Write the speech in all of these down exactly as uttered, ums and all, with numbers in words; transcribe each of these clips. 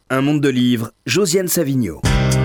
Un monde de livres, Josiane Savigno.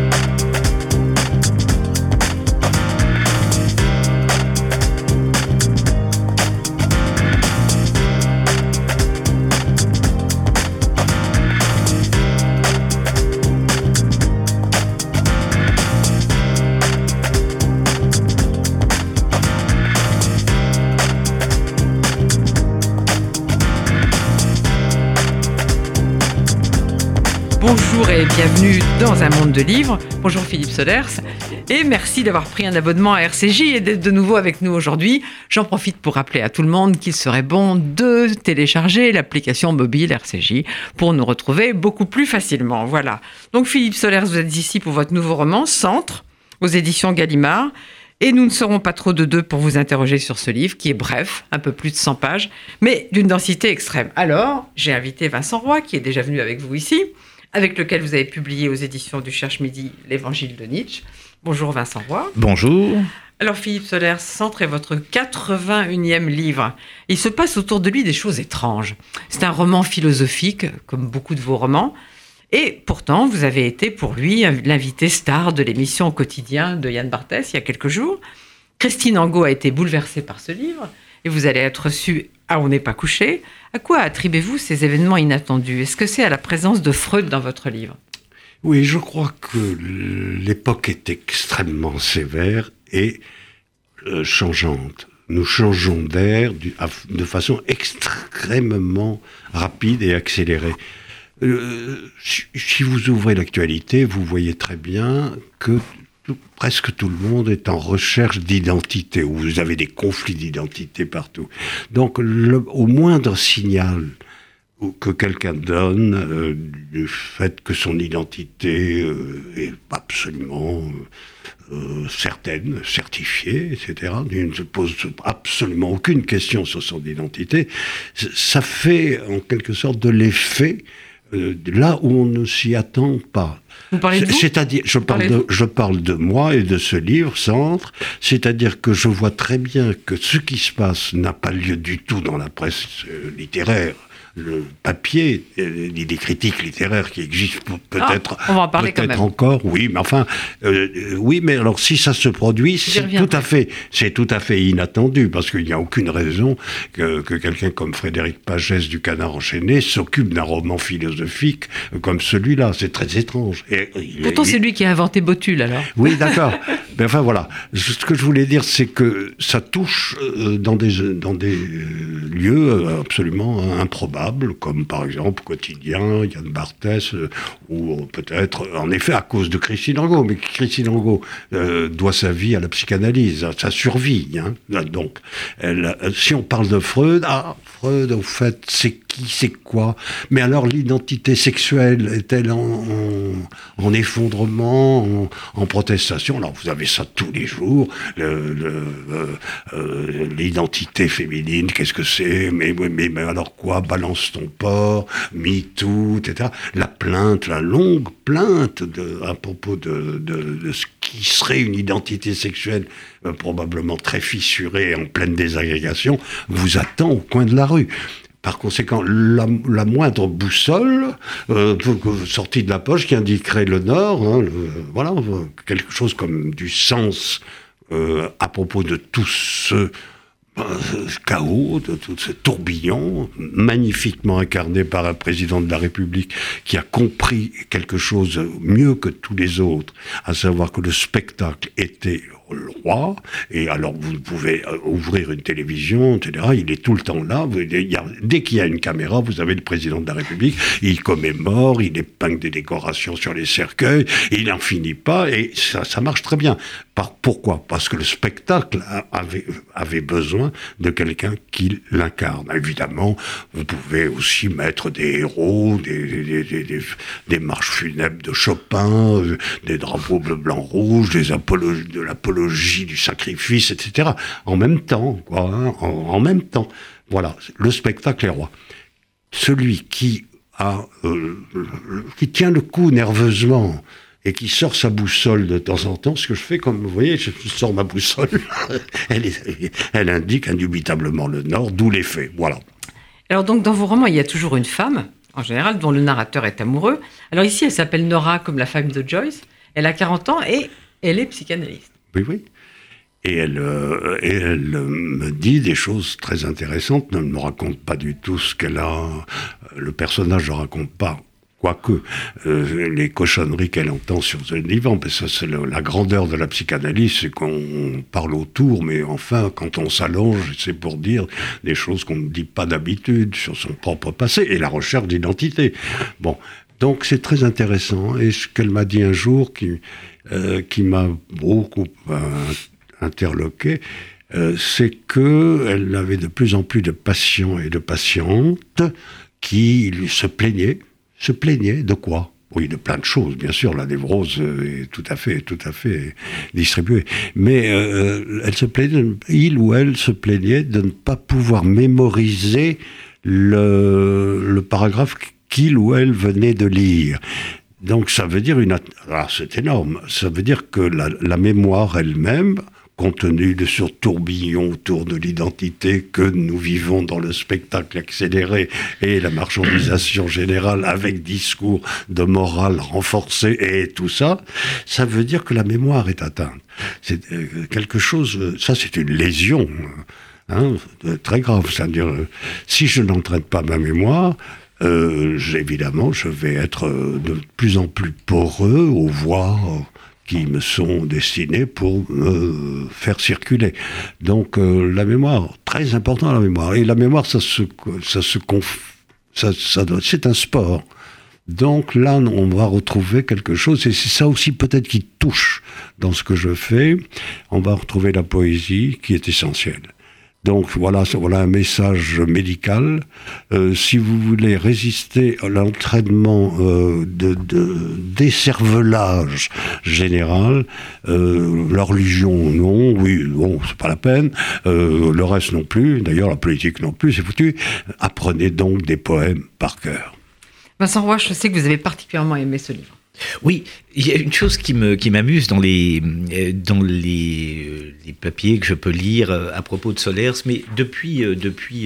Bonjour et bienvenue dans Un monde de livres. Bonjour Philippe Solers et merci d'avoir pris un abonnement à R C J et d'être de nouveau avec nous aujourd'hui. J'en profite pour rappeler à tout le monde qu'il serait bon de télécharger l'application mobile R C J pour nous retrouver beaucoup plus facilement. Voilà. Donc Philippe Solers, vous êtes ici pour votre nouveau roman Centre aux éditions Gallimard. Et nous ne serons pas trop de deux pour vous interroger sur ce livre, qui est bref, un peu plus de cent pages, mais d'une densité extrême. Alors, j'ai invité Vincent Roy, qui est déjà venu avec vous ici, avec lequel vous avez publié aux éditions du Cherche-Midi l'Évangile de Nietzsche. Bonjour Vincent Roy. Bonjour. Alors Philippe Solers, Centre est votre quatre-vingt-unième livre. Il se passe autour de lui des choses étranges. C'est un roman philosophique, comme beaucoup de vos romans. Et pourtant, vous avez été pour lui l'invité star de l'émission au quotidien de Yann Barthès il y a quelques jours. Christine Angot a été bouleversée par ce livre et vous allez être reçu à On n'est pas couché. À quoi attribuez-vous ces événements inattendus ? Est-ce que c'est à la présence de Freud dans votre livre ? Oui, je crois que l'époque est extrêmement sévère et euh, changeante. Nous changeons d'air du, de façon extrêmement rapide et accélérée. Euh, si vous ouvrez l'actualité, vous voyez très bien que tout, presque tout le monde est en recherche d'identité, où vous avez des conflits d'identité partout. Donc, le, au moindre signal que quelqu'un donne euh, du fait que son identité euh, est absolument euh, certaine, certifiée, et cetera, il ne se pose absolument aucune question sur son identité, ça fait en quelque sorte de l'effet Euh, là où on ne s'y attend pas. Vous parlez de vous ? C'est-à-dire, je parle de, je parle de moi et de ce livre, Centre, c'est-à-dire que je vois très bien que ce qui se passe n'a pas lieu du tout dans la presse euh, littéraire. Le papier, ni des critiques littéraires qui existent peut-être, ah, on va en parler peut-être quand même. encore, oui, mais enfin, euh, oui, mais alors si ça se produit, c'est tout à fait, c'est tout à fait inattendu, parce qu'il n'y a aucune raison que, que quelqu'un comme Frédéric Pagès du Canard enchaîné s'occupe d'un roman philosophique comme celui-là. C'est très étrange. Et, Pourtant, il, c'est lui qui a inventé Botul, alors. Oui, d'accord. Mais enfin, voilà. Ce que je voulais dire, c'est que ça touche euh, dans des, dans des euh, lieux absolument improbables, comme par exemple Quotidien, Yann Barthès, euh, ou peut-être, en effet, à cause de Christine Angot. Mais Christine Angot euh, doit sa vie à la psychanalyse, à sa survie. Hein. Donc, elle, si on parle de Freud, ah, Freud, au fait, c'est qui, c'est quoi ? Mais alors, l'identité sexuelle est-elle en, en, en effondrement, en, en protestation ? Alors, vous avez ça tous les jours. Le, le, euh, euh, l'identité féminine, qu'est-ce que c'est ? mais, mais, mais alors quoi ? Balance ton porc, MeToo, et cetera. La plainte, la longue plainte de, à propos de, de, de ce qui serait une identité sexuelle euh, probablement très fissurée, en pleine désagrégation, vous attend au coin de la rue. Par conséquent, la, la moindre boussole euh, sortie de la poche qui indiquerait le Nord, hein, le, voilà, quelque chose comme du sens euh, à propos de tout ce ce chaos, de tout ce tourbillon, magnifiquement incarné par un président de la République qui a compris quelque chose mieux que tous les autres, à savoir que le spectacle était le roi, et alors vous pouvez ouvrir une télévision, et cetera, il est tout le temps là, il y a, dès qu'il y a une caméra, vous avez le président de la République, il commémore, il épingle des décorations sur les cercueils, il n'en finit pas, et ça, ça marche très bien. Par, pourquoi ? Parce que le spectacle avait, avait besoin de quelqu'un qui l'incarne. Évidemment, vous pouvez aussi mettre des héros, des, des, des, des, des marches funèbres de Chopin, des drapeaux bleu, blanc, rouge, des apologies, de l'apologie du sacrifice, et cetera. En même temps, quoi, hein, en, en même temps. Voilà, le spectacle est roi. Celui qui a, euh, qui tient le coup nerveusement et qui sort sa boussole de temps en temps, ce que je fais, comme vous voyez, je sors ma boussole, elle, est, elle indique indubitablement le Nord, d'où l'effet, voilà. Alors donc, dans vos romans, il y a toujours une femme, en général, dont le narrateur est amoureux. Alors ici, elle s'appelle Nora, comme la femme de Joyce. Elle a quarante ans et elle est psychanalyste. Oui, oui. Et elle, euh, et elle euh, me dit des choses très intéressantes. Elle ne me raconte pas du tout ce qu'elle a. Le personnage ne raconte pas. Quoique, euh, les cochonneries qu'elle entend sur le divan, parce que c'est le, la grandeur de la psychanalyse, c'est qu'on parle autour, mais enfin, quand on s'allonge, c'est pour dire des choses qu'on ne dit pas d'habitude sur son propre passé, et la recherche d'identité. Bon, donc c'est très intéressant, et ce qu'elle m'a dit un jour, qui, euh, qui m'a beaucoup euh, interloqué, euh, c'est qu'elle avait de plus en plus de patients et de patientes qui lui se plaignaient, se plaignait de quoi ? Oui, de plein de choses, bien sûr. La névrose est tout à fait, tout à fait distribuée. Mais euh, elle se plaignait, il ou elle se plaignait de ne pas pouvoir mémoriser le, le paragraphe qu'il ou elle venait de lire. Donc ça veut dire une... Ah, c'est énorme. Ça veut dire que la, la mémoire elle-même, compte tenu de ce tourbillon autour de l'identité que nous vivons dans le spectacle accéléré et la marchandisation générale avec discours de morale renforcé et tout ça, ça veut dire que la mémoire est atteinte. C'est quelque chose, ça c'est une lésion, hein, très grave. C'est-à-dire, si je n'entraîne pas ma mémoire, euh, évidemment, je vais être de plus en plus poreux aux voix qui me sont destinés pour me faire circuler. Donc euh, la mémoire, très important la mémoire. Et la mémoire, ça se, ça se conf... ça, ça doit... c'est un sport. Donc là, on va retrouver quelque chose, et c'est ça aussi peut-être qui touche dans ce que je fais. On va retrouver la poésie qui est essentielle. Donc voilà, voilà un message médical. Euh, si vous voulez résister à l'entraînement euh, de, de décervelage général, euh, la religion non, oui, bon, c'est pas la peine. Euh, le reste non plus. D'ailleurs, la politique non plus, c'est foutu. Apprenez donc des poèmes par cœur. Vincent Roy, je sais que vous avez particulièrement aimé ce livre. Oui, il y a une chose qui me qui m'amuse dans les dans les les papiers que je peux lire à propos de Solers, mais depuis depuis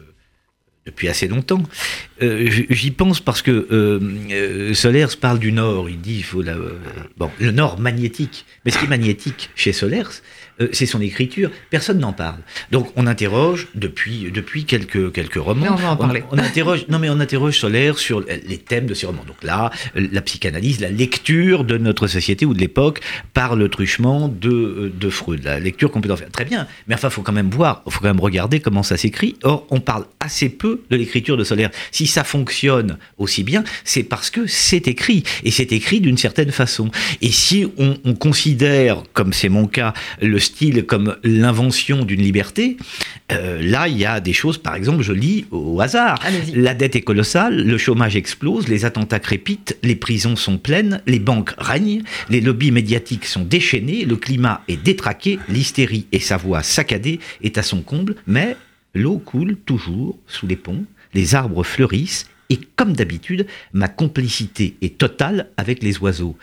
depuis assez longtemps. Euh, j'y pense parce que euh, Solers parle du Nord. Il dit il faut la euh, bon le Nord magnétique. Mais ce qui est magnétique chez Solers, euh, c'est son écriture. Personne n'en parle. Donc on interroge depuis depuis quelques quelques romans. Mais on va en parler. On, on interroge non mais on interroge Solers sur les thèmes de ces romans. Donc là, la psychanalyse, la lecture de notre société ou de l'époque par le truchement de de Freud. La lecture qu'on peut en faire. Très bien. Mais enfin, faut quand même voir, faut quand même regarder comment ça s'écrit. Or, on parle assez peu de l'écriture de Solers. Si ça fonctionne aussi bien, c'est parce que c'est écrit, et c'est écrit d'une certaine façon. Et si on, on considère, comme c'est mon cas, le style comme l'invention d'une liberté, euh, là, il y a des choses, par exemple, je lis au hasard. Allez-y. La dette est colossale, le chômage explose, les attentats crépitent, les prisons sont pleines, les banques règnent, les lobbies médiatiques sont déchaînés, le climat est détraqué, l'hystérie et sa voix saccadée est à son comble, mais l'eau coule toujours sous les ponts, les arbres fleurissent, et comme d'habitude, ma complicité est totale avec les oiseaux.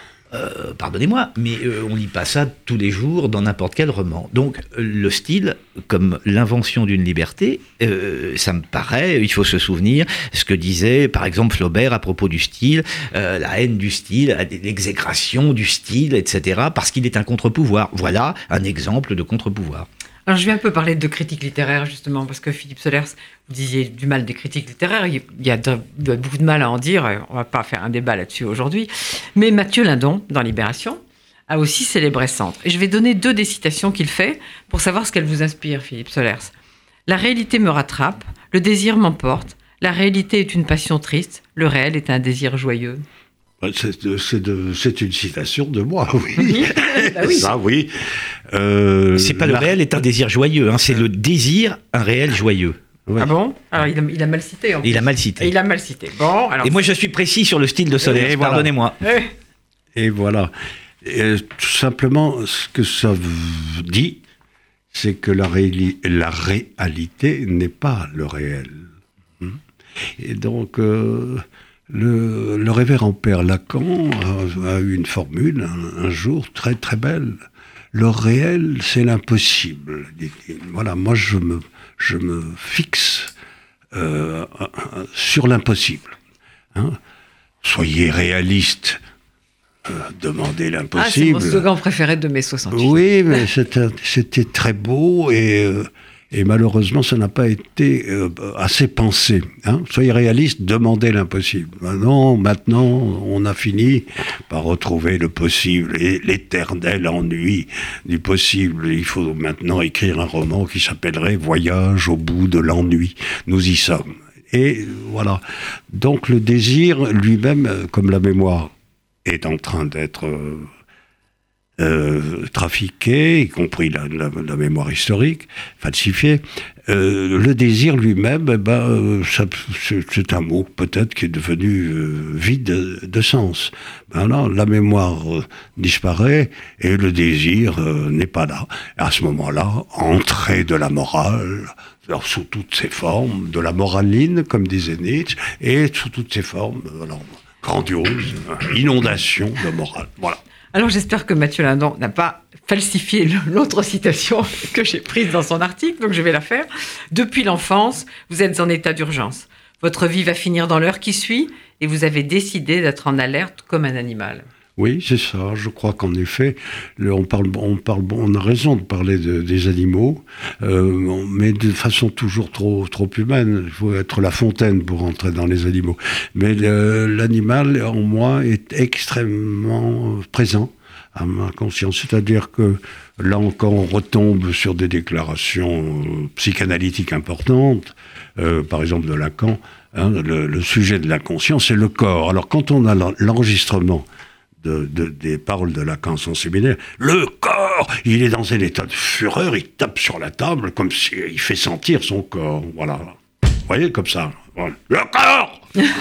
Euh, pardonnez-moi, mais euh, on lit pas ça tous les jours dans n'importe quel roman. Donc le style, comme l'invention d'une liberté, euh, ça me paraît, il faut se souvenir ce que disait par exemple Flaubert à propos du style, euh, la haine du style, l'exécration du style, et cetera, parce qu'il est un contre-pouvoir. Voilà un exemple de contre-pouvoir. Alors, je vais un peu parler de critique littéraire, justement, parce que Philippe Solers, vous disiez du mal des critiques littéraires. Il y a de, de, beaucoup de mal à en dire. On ne va pas faire un débat là-dessus aujourd'hui. Mais Mathieu Lindon, dans Libération, a aussi célébré Sand. Et je vais donner deux des citations qu'il fait pour savoir ce qu'elle vous inspire, Philippe Solers. « La réalité me rattrape, le désir m'emporte. La réalité est une passion triste, le réel est un désir joyeux. » C'est, c'est, de, c'est une citation de moi, oui. Bah oui. Ça, oui. Euh, c'est pas la... le réel est un désir joyeux, hein, c'est le désir, un réel joyeux. Ouais. Ah bon ? Alors il a, il a mal cité. En il plus. a mal cité. Et il a mal cité. Bon. Alors et moi je suis précis sur le style de Solers. Voilà. Pardonnez-moi. Et, et voilà. Et, tout simplement, ce que ça dit, c'est que la, réali- la réalité n'est pas le réel. Et donc. Euh, Le, le révérend père Lacan a, a eu une formule un, un jour très très belle. Le réel, c'est l'impossible, dit-il. Voilà, moi je me, je me fixe euh, sur l'impossible. Hein. Soyez réaliste. Euh, demandez l'impossible. Ah, c'est mon slogan préféré de mai soixante-huit. Oui, mais c'était, c'était très beau et, euh, et malheureusement, ça n'a pas été euh, assez pensé. Hein. Soyez réaliste, demandez l'impossible. Maintenant, maintenant, on a fini par retrouver le possible et l'éternel ennui du possible. Il faut maintenant écrire un roman qui s'appellerait « Voyage au bout de l'ennui ». Nous y sommes. Et voilà. Donc le désir lui-même, comme la mémoire, est en train d'être euh, euh, trafiqué, y compris la, la, la mémoire historique, falsifiée. Euh, le désir lui-même, eh ben, euh, ça, c'est, c'est un mot peut-être qui est devenu euh, vide de, de sens. Ben là, la mémoire euh, disparaît et le désir euh, n'est pas là. À ce moment-là, entrée de la morale, alors, sous toutes ses formes, de la moraline, comme disait Nietzsche, et sous toutes ses formes, alors, grandiose, inondation de morale. Voilà. Alors j'espère que Mathieu Lindon n'a pas falsifié l'autre citation que j'ai prise dans son article, donc je vais la faire. Depuis l'enfance, vous êtes en état d'urgence. Votre vie va finir dans l'heure qui suit et vous avez décidé d'être en alerte comme un animal. Oui, c'est ça. Je crois qu'en effet, le, on, parle, on, parle, on a raison de parler de, des animaux, euh, mais de façon toujours trop, trop humaine. Il faut être La Fontaine pour entrer dans les animaux. Mais le, l'animal, en moi, est extrêmement présent à ma conscience. C'est-à-dire que là encore, on retombe sur des déclarations euh, psychanalytiques importantes, euh, par exemple de Lacan. Hein, le, le sujet de l'inconscient, c'est le corps. Alors quand on a l'enregistrement De, de, des paroles de Lacan, son séminaire, le corps, il est dans un état de fureur, il tape sur la table comme s'il fait sentir son corps. Voilà. Vous voyez, comme ça. Voilà. Le corps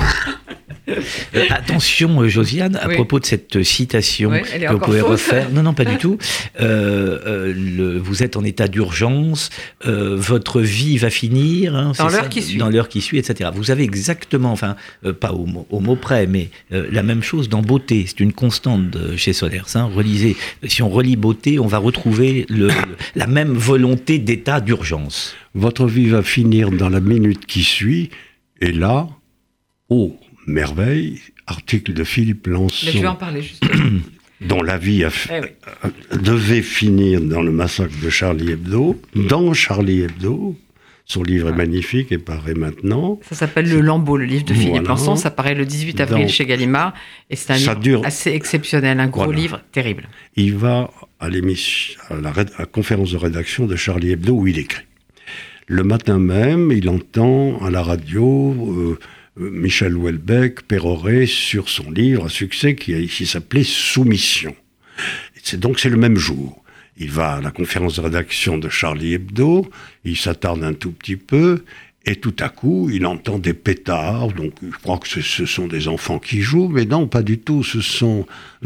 Euh, attention, Josiane, à oui. propos de cette citation oui, elle est que vous pouvez fausse. refaire. Non, non, pas du tout. Euh, euh, le, vous êtes en état d'urgence. Euh, votre vie va finir. Hein, dans c'est l'heure ça, qui suit. Dans l'heure qui suit, et cetera. Vous avez exactement, enfin, euh, pas au mot, au mot près, mais euh, la même chose dans Beauté. C'est une constante de, chez Solers. Hein. Relisez. Si on relit Beauté, on va retrouver le, le, la même volonté d'état d'urgence. Votre vie va finir dans la minute qui suit, et là, oh, merveille, article de Philippe Lançon, Mais je vais en parler justement. dont la vie a f- Eh oui. euh, devait finir dans le massacre de Charlie Hebdo, dans Charlie Hebdo. Son livre est magnifique et paraît maintenant. Ça s'appelle Le Lambeau, le livre de Philippe Voilà. Lançon. Ça paraît le dix-huit avril Donc, chez Gallimard. Et c'est un ça livre dure- assez exceptionnel, un gros Voilà. livre terrible. Il va à, l'émission, à, la, réd- à la conférence de rédaction de Charlie Hebdo où il écrit. Le matin même, il entend à la radio euh, Michel Houellebecq pérorer sur son livre à succès qui, qui s'appelait Soumission. C'est, donc c'est le même jour. Il va à la conférence de rédaction de Charlie Hebdo, il s'attarde un tout petit peu, et tout à coup, il entend des pétards. Donc, je crois que ce, ce sont des enfants qui jouent, mais non, pas du tout. Ce sont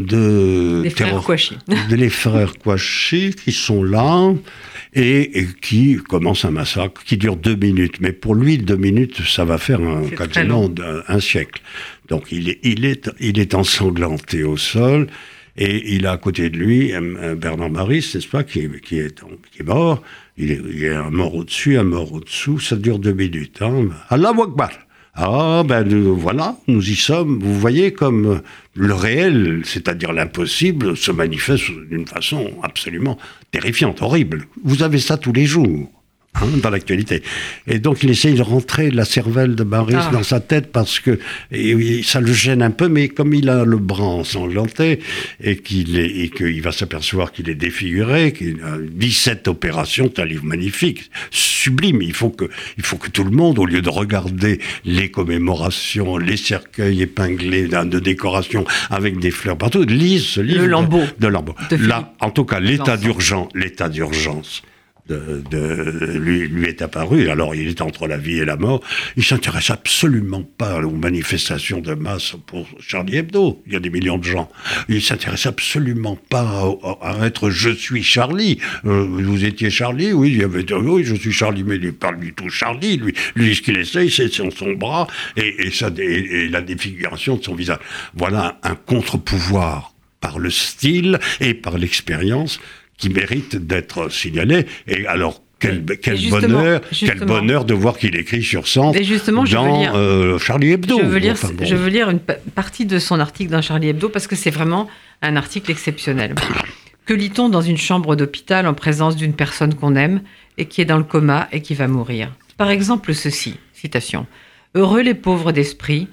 de Les frères Kouachi. de les frères Kouachi qui sont là et, et qui commencent un massacre qui dure deux minutes. Mais pour lui, deux minutes, ça va faire un, C'est très quasiment long. un, un siècle. Donc, il est, il est, il est ensanglanté au sol. Et il a à côté de lui un, un Bernard Maris, n'est-ce pas, qui, qui, est, qui est mort. Il, est, il y a un mort au-dessus, un mort au-dessous. Ça dure deux minutes. Hein. Allahu Akbar. Ah, ben nous, voilà, nous y sommes. Vous voyez comme le réel, c'est-à-dire l'impossible, se manifeste d'une façon absolument terrifiante, horrible. Vous avez ça tous les jours. Hein, dans l'actualité. Et donc il essaye de rentrer la cervelle de Maris Ah. dans sa tête parce que et, et, ça le gêne un peu, mais comme il a le bras ensanglanté et qu'il est, et qu'il va s'apercevoir qu'il est défiguré, qu'il a dix-sept opérations, c'est un livre magnifique, sublime. Il faut que, il faut que tout le monde, au lieu de regarder les commémorations, les cercueils épinglés de, de décoration avec des fleurs partout, lise ce livre. Le Lambeau. De, de Lambeau. De Là, en tout cas, l'état Lançon. d'urgence, l'état d'urgence. De, de, lui, lui est apparu. Alors, il est entre la vie et la mort. Il s'intéresse absolument pas aux manifestations de masse pour Charlie Hebdo. Il y a des millions de gens. Il s'intéresse absolument pas à, à être « je suis Charlie euh, ». Vous étiez Charlie ? Oui, il y avait, oui, je suis Charlie, mais il parle du tout Charlie. Lui, lui ce qu'il essaye, c'est son, son bras et, et, ça, et, et la défiguration de son visage. Voilà un contre-pouvoir par le style et par l'expérience qui mérite d'être signalé. Et alors, Quel, quel, justement, bonheur, justement. quel bonheur de voir qu'il écrit sur Centre justement, je veux dans lire, euh, Charlie Hebdo. Je veux lire, enfin, bon. je veux lire une pa- partie de son article dans Charlie Hebdo parce que c'est vraiment un article exceptionnel. Que lit-on dans une chambre d'hôpital en présence d'une personne qu'on aime et qui est dans le coma et qui va mourir ? Par exemple, ceci, citation. « Heureux les pauvres d'esprit,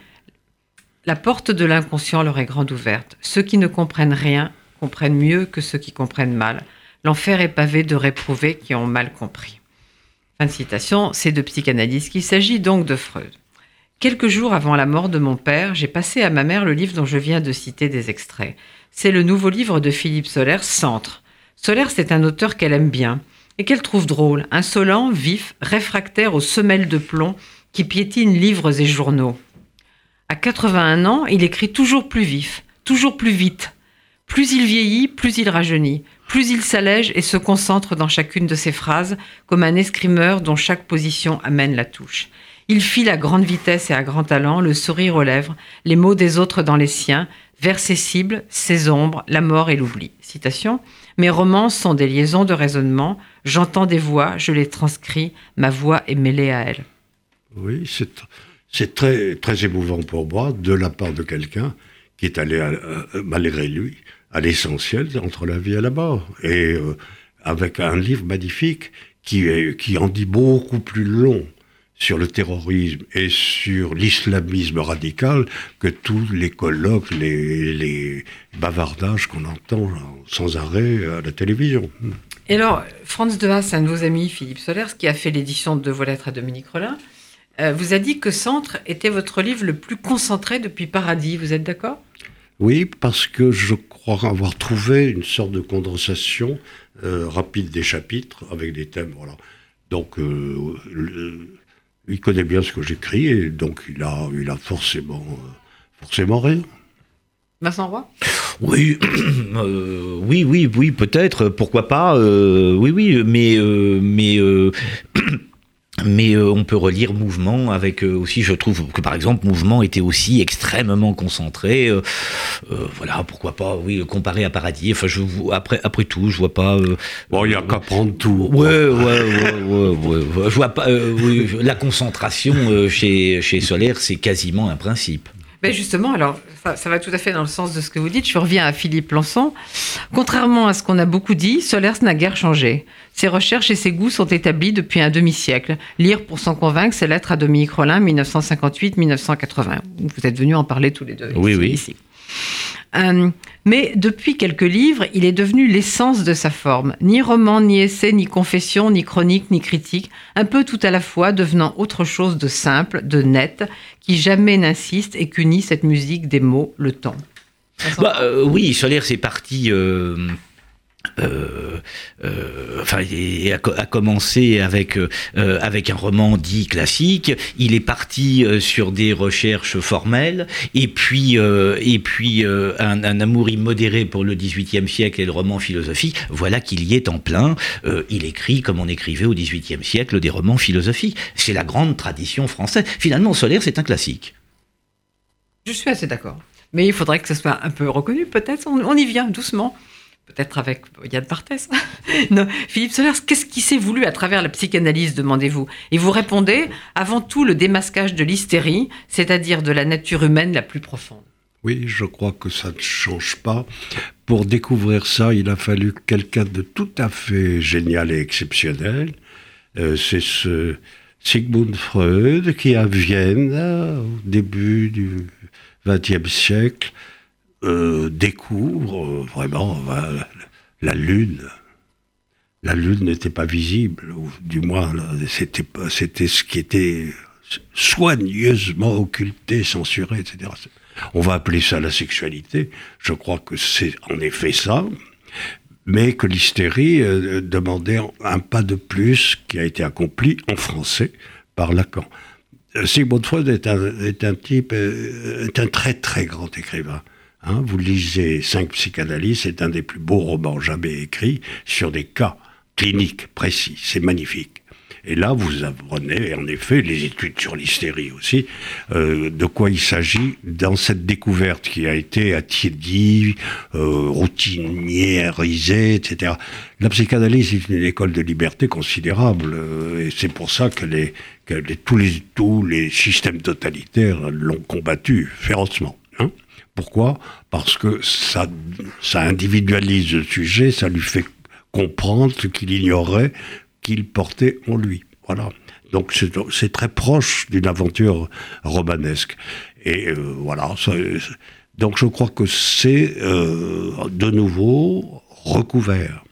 la porte de l'inconscient leur est grande ouverte. Ceux qui ne comprennent rien comprennent mieux que ceux qui comprennent mal. L'enfer est pavé de réprouvés qui ont mal compris. » Fin de citation, c'est de psychanalyse qu'il s'agit, donc de Freud. Quelques jours avant la mort de mon père, j'ai passé à ma mère le livre dont je viens de citer des extraits. C'est le nouveau livre de Philippe Solers, Centre. Solers est un auteur qu'elle aime bien et qu'elle trouve drôle, insolent, vif, réfractaire aux semelles de plomb qui piétinent livres et journaux. À quatre-vingt-un ans, il écrit toujours plus vif, toujours plus vite. Plus il vieillit, plus il rajeunit. Plus il s'allège et se concentre dans chacune de ses phrases, comme un escrimeur dont chaque position amène la touche. Il file à grande vitesse et à grand talent, le sourire aux lèvres, les mots des autres dans les siens, vers ses cibles, ses ombres, la mort et l'oubli. Citation. Mes romans sont des liaisons de raisonnement. J'entends des voix, je les transcris. Ma voix est mêlée à elles. Oui, c'est, c'est très, très émouvant pour moi, de la part de quelqu'un qui est allé, à, malgré lui, à l'essentiel entre la vie et la mort. Et euh, avec un livre magnifique qui, est, qui en dit beaucoup plus long sur le terrorisme et sur l'islamisme radical que tous les colloques, les, les bavardages qu'on entend sans arrêt à la télévision. Et alors, Franz de Haas, un de vos amis, Philippe Solers, qui a fait l'édition de vos lettres à Dominique Rollin, euh, vous a dit que Centre était votre livre le plus concentré depuis Paradis. Vous êtes d'accord ? Oui, parce que je crois avoir trouvé une sorte de condensation euh, rapide des chapitres avec des thèmes. Voilà. Donc, euh, le, il connaît bien ce que j'écris et donc il a, il a forcément, euh, forcément raison. Vincent Roy ? Oui, euh, oui, oui, oui, peut-être, pourquoi pas, euh, oui, oui, mais, euh, mais, euh, mais euh, on peut relire Mouvement avec euh, aussi, je trouve que par exemple Mouvement était aussi extrêmement concentré, euh, euh, voilà, pourquoi pas, oui, comparé à Paradis, enfin, je, après, après tout, je vois pas... Euh, bon, il n'y a qu'à prendre tout. Ouais, ouais, ouais, ouais, ouais, ouais, je vois pas, euh, oui, la concentration euh, chez, chez Solers, c'est quasiment un principe. Ben justement, alors, ça, ça va tout à fait dans le sens de ce que vous dites. Je reviens à Philippe Lançon. Contrairement à ce qu'on a beaucoup dit, Solers n'a guère changé. Ses recherches et ses goûts sont établis depuis un demi-siècle. Lire pour s'en convaincre, ses lettres à Dominique Rollin, dix-neuf cent cinquante-huit dix-neuf cent quatre-vingts. Vous êtes venus en parler tous les deux. Oui, ici, oui. Ici. Euh, mais depuis quelques livres, il est devenu l'essence de sa forme. Ni roman, ni essai, ni confession, ni chronique, ni critique. Un peu tout à la fois, devenant autre chose de simple, de net, qui jamais n'insiste et qu'unit cette musique des mots, le temps. Bah, euh, oui, Solers est parti... Euh... Euh, euh, enfin, il a, a commencé avec euh, avec un roman dit classique. Il est parti euh, sur des recherches formelles, et puis euh, et puis euh, un, un amour immodéré pour le dix-huitième siècle et le roman philosophique. Voilà qu'il y est en plein. Euh, il écrit comme on écrivait au dix-huitième siècle des romans philosophiques. C'est la grande tradition française. Finalement, Solers c'est un classique. Je suis assez d'accord. Mais il faudrait que ce soit un peu reconnu, peut-être. On, on y vient doucement. Peut-être avec Yann Barthès. Non. Philippe Solers, qu'est-ce qui s'est voulu à travers la psychanalyse, demandez-vous ? Et vous répondez, avant tout, le démasquage de l'hystérie, c'est-à-dire de la nature humaine la plus profonde. Oui, je crois que ça ne change pas. Pour découvrir ça, il a fallu quelqu'un de tout à fait génial et exceptionnel. Euh, c'est ce Sigmund Freud qui, à Vienne, au début du vingtième siècle, Euh, découvre euh, vraiment euh, la Lune. La Lune n'était pas visible, ou du moins là, c'était, pas, c'était ce qui était soigneusement occulté, censuré, et cetera. On va appeler ça la sexualité. Je crois que c'est en effet ça, mais que l'hystérie euh, demandait un pas de plus qui a été accompli en français par Lacan. Sigmund Freud est un, est un type, euh, est un très très grand écrivain. Hein, vous lisez Cinq psychanalyses, c'est un des plus beaux romans jamais écrits sur des cas cliniques précis. C'est magnifique. Et là, vous apprenez, en effet, les études sur l'hystérie aussi, euh, de quoi il s'agit dans cette découverte qui a été attiédie, euh, routiniérisée, et cetera. La psychanalyse est une école de liberté considérable, euh, et c'est pour ça que, les, que les, tous, les, tous les systèmes totalitaires l'ont combattu férocement. Hein. Pourquoi ? Parce que ça, ça individualise le sujet, ça lui fait comprendre ce qu'il ignorait qu'il portait en lui. Voilà. Donc c'est, c'est très proche d'une aventure romanesque. Et euh, voilà. Ça, donc je crois que c'est euh, de nouveau recouvert.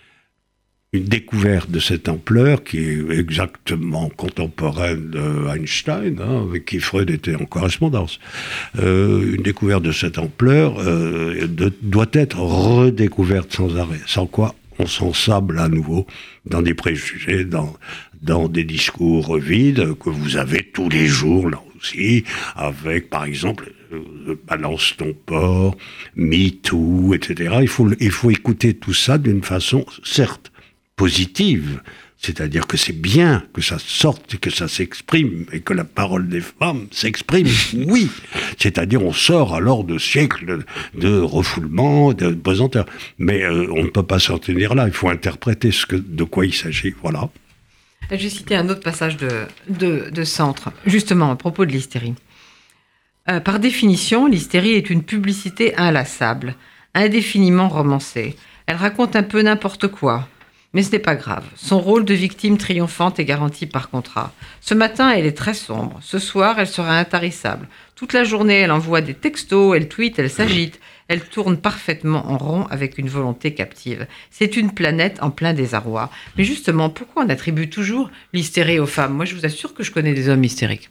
Une découverte de cette ampleur qui est exactement contemporaine d'Einstein, hein, avec qui Freud était en correspondance. Euh, une découverte de cette ampleur euh, de, doit être redécouverte sans arrêt, sans quoi on s'ensable à nouveau dans des préjugés, dans, dans des discours vides que vous avez tous les jours, là aussi, avec, par exemple, euh, Balance ton porc, MeToo, et cetera. Il faut, il faut écouter tout ça d'une façon, certes, positive, c'est-à-dire que c'est bien que ça sorte et que ça s'exprime et que la parole des femmes s'exprime, oui, c'est-à-dire on sort alors de siècles de refoulement, de pesanteur, mais euh, on ne peut pas s'en tenir là, il faut interpréter ce que, de quoi il s'agit, voilà. J'ai cité un autre passage de, de, de Centre, justement à propos de l'hystérie. Euh, par définition, l'hystérie est une publicité inlassable, indéfiniment romancée. Elle raconte un peu n'importe quoi. Mais ce n'est pas grave. Son rôle de victime triomphante est garanti par contrat. Ce matin, elle est très sombre. Ce soir, elle sera intarissable. Toute la journée, elle envoie des textos, elle tweet, elle s'agite. Elle tourne parfaitement en rond avec une volonté captive. C'est une planète en plein désarroi. Mais justement, pourquoi on attribue toujours l'hystérie aux femmes ? Moi, je vous assure que je connais des hommes hystériques.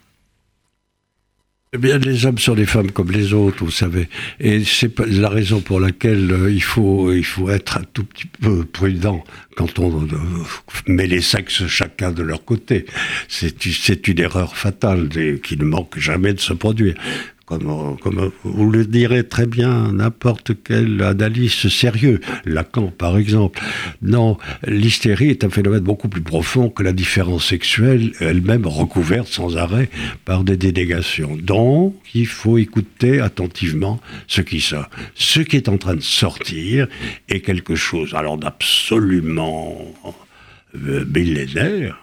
Eh bien, les hommes sont des femmes comme les autres, vous savez. Et c'est la raison pour laquelle euh, il faut, il faut être un tout petit peu prudent quand on euh, met les sexes chacun de leur côté. C'est, c'est une erreur fatale et qui ne manque jamais de se produire. Comme, comme vous le direz très bien, n'importe quel analyste sérieux, Lacan par exemple. Non, l'hystérie est un phénomène beaucoup plus profond que la différence sexuelle, elle-même recouverte sans arrêt par des dénégations. Donc, il faut écouter attentivement ce qui sort. Ce qui est en train de sortir est quelque chose alors d'absolument euh, millénaire.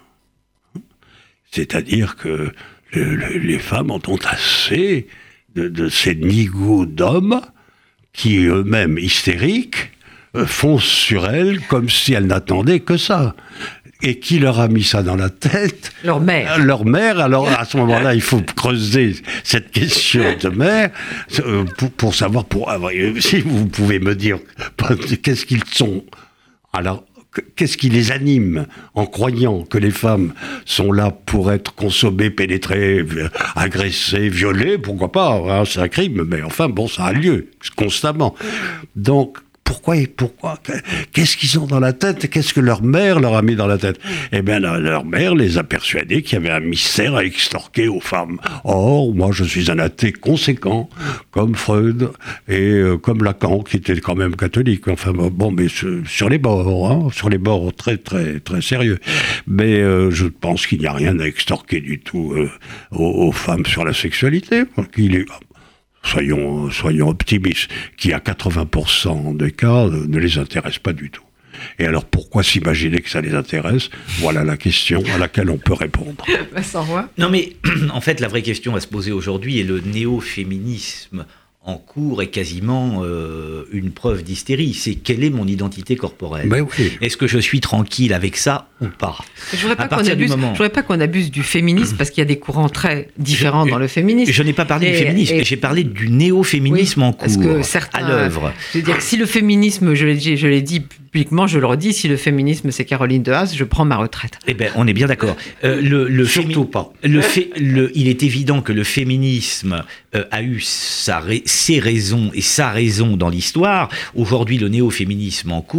C'est-à-dire que le, le, les femmes en ont assez De, de ces nigauds d'hommes qui, eux-mêmes hystériques, euh, foncent sur elles comme si elles n'attendaient que ça. Et qui leur a mis ça dans la tête ? Leur mère. Euh, leur mère. Alors, à ce moment-là, il faut creuser cette question de mère euh, pour, pour savoir, pour, euh, si vous pouvez me dire, qu'est-ce qu'ils sont ? Alors, qu'est-ce qui les anime en croyant que les femmes sont là pour être consommées, pénétrées, agressées, violées ? Pourquoi pas, hein, c'est un crime, mais enfin, bon, ça a lieu constamment. Donc, pourquoi et pourquoi Qu'est-ce qu'ils ont dans la tête ? Qu'est-ce que leur mère leur a mis dans la tête ? Eh bien, leur mère les a persuadés qu'il y avait un mystère à extorquer aux femmes. Or, moi, je suis un athée conséquent, comme Freud et euh, comme Lacan, qui était quand même catholique. Enfin, bon, mais sur les bords, hein, sur les bords très, très, très sérieux. Mais euh, je pense qu'il n'y a rien à extorquer du tout euh, aux, aux femmes sur la sexualité. Qu'il est... Soyons, soyons optimistes, qui à quatre-vingts pour cent des cas ne les intéresse pas du tout. Et alors pourquoi s'imaginer que ça les intéresse ? Voilà la question à laquelle on peut répondre. Vincent Roy ? Non mais en fait la vraie question à se poser aujourd'hui est le néo-féminisme en cours est quasiment euh, une preuve d'hystérie. C'est quelle est mon identité corporelle ? Ben oui. Est-ce que je suis tranquille avec ça ou pas ? Je ne voudrais pas, qu'on abuse, moment... pas qu'on abuse du féminisme parce qu'il y a des courants très différents je, dans le féminisme. Je n'ai pas parlé et, du féminisme, et... j'ai parlé du néo-féminisme oui, en cours, parce que certains, à l'œuvre. Je veux dire que si le féminisme, je l'ai dit, je l'ai dit publiquement, je le redis, si le féminisme c'est Caroline de Haas, je prends ma retraite. Eh bien, on est bien d'accord. Euh, le, le Surtout fémi... pas. Le fé... le... Il est évident que le féminisme euh, a eu sa... ses raisons et sa raison dans l'histoire. Aujourd'hui, le néo-féminisme en cours